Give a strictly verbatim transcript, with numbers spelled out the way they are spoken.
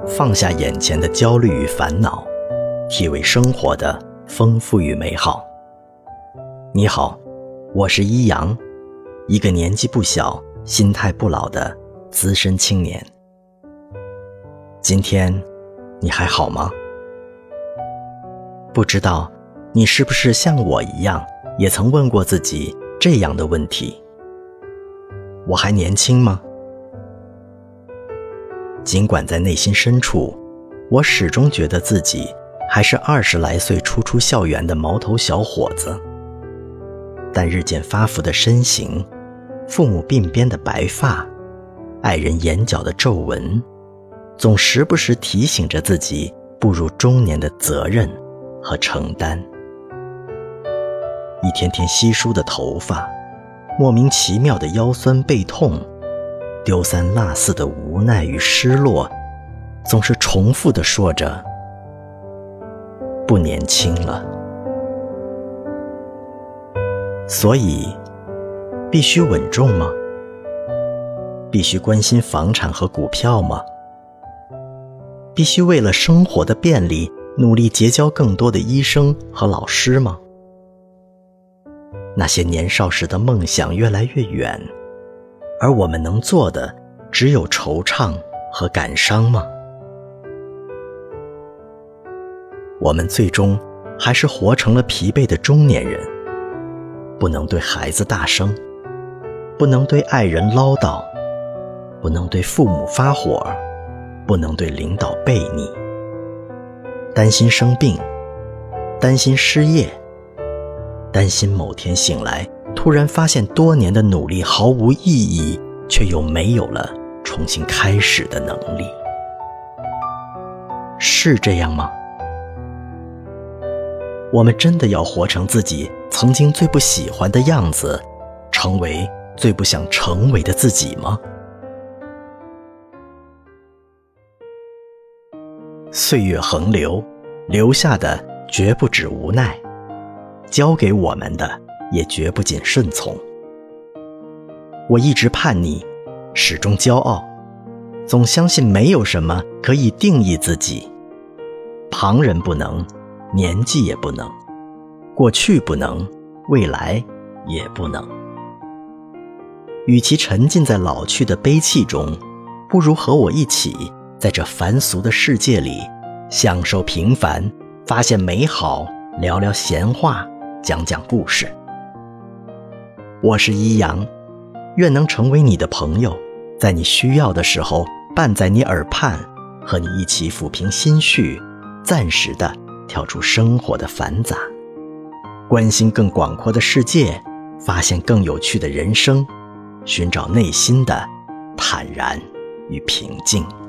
放下眼前的焦虑与烦恼，体味生活的丰富与美好。你好，我是一阳，一个年纪不小、心态不老的资深青年。今天你还好吗？不知道你是不是像我一样，也曾问过自己这样的问题：我还年轻吗？尽管在内心深处，我始终觉得自己还是二十来岁初出校园的毛头小伙子，但日渐发福的身形，父母鬓边的白发，爱人眼角的皱纹，总时不时提醒着自己步入中年的责任和承担。一天天稀疏的头发，莫名其妙的腰酸背痛，丢三落四的无奈与失落，总是重复地说着不年轻了。所以必须稳重吗？必须关心房产和股票吗？必须为了生活的便利努力结交更多的医生和老师吗？那些年少时的梦想越来越远，而我们能做的只有惆怅和感伤吗？我们最终还是活成了疲惫的中年人，不能对孩子大声，不能对爱人唠叨，不能对父母发火，不能对领导悖逆，担心生病，担心失业，担心某天醒来突然发现多年的努力毫无意义，却又没有了重新开始的能力。是这样吗？我们真的要活成自己曾经最不喜欢的样子，成为最不想成为的自己吗？岁月横流，留下的绝不止无奈，教给我们的也绝不仅顺从。我一直叛逆，始终骄傲，总相信没有什么可以定义自己。旁人不能，年纪也不能，过去不能，未来也不能。与其沉浸在老去的悲戚中，不如和我一起在这凡俗的世界里享受平凡，发现美好，聊聊闲话，讲讲故事。我是一阳，愿能成为你的朋友，在你需要的时候伴在你耳畔，和你一起抚平心绪，暂时的跳出生活的繁杂，关心更广阔的世界，发现更有趣的人生，寻找内心的坦然与平静。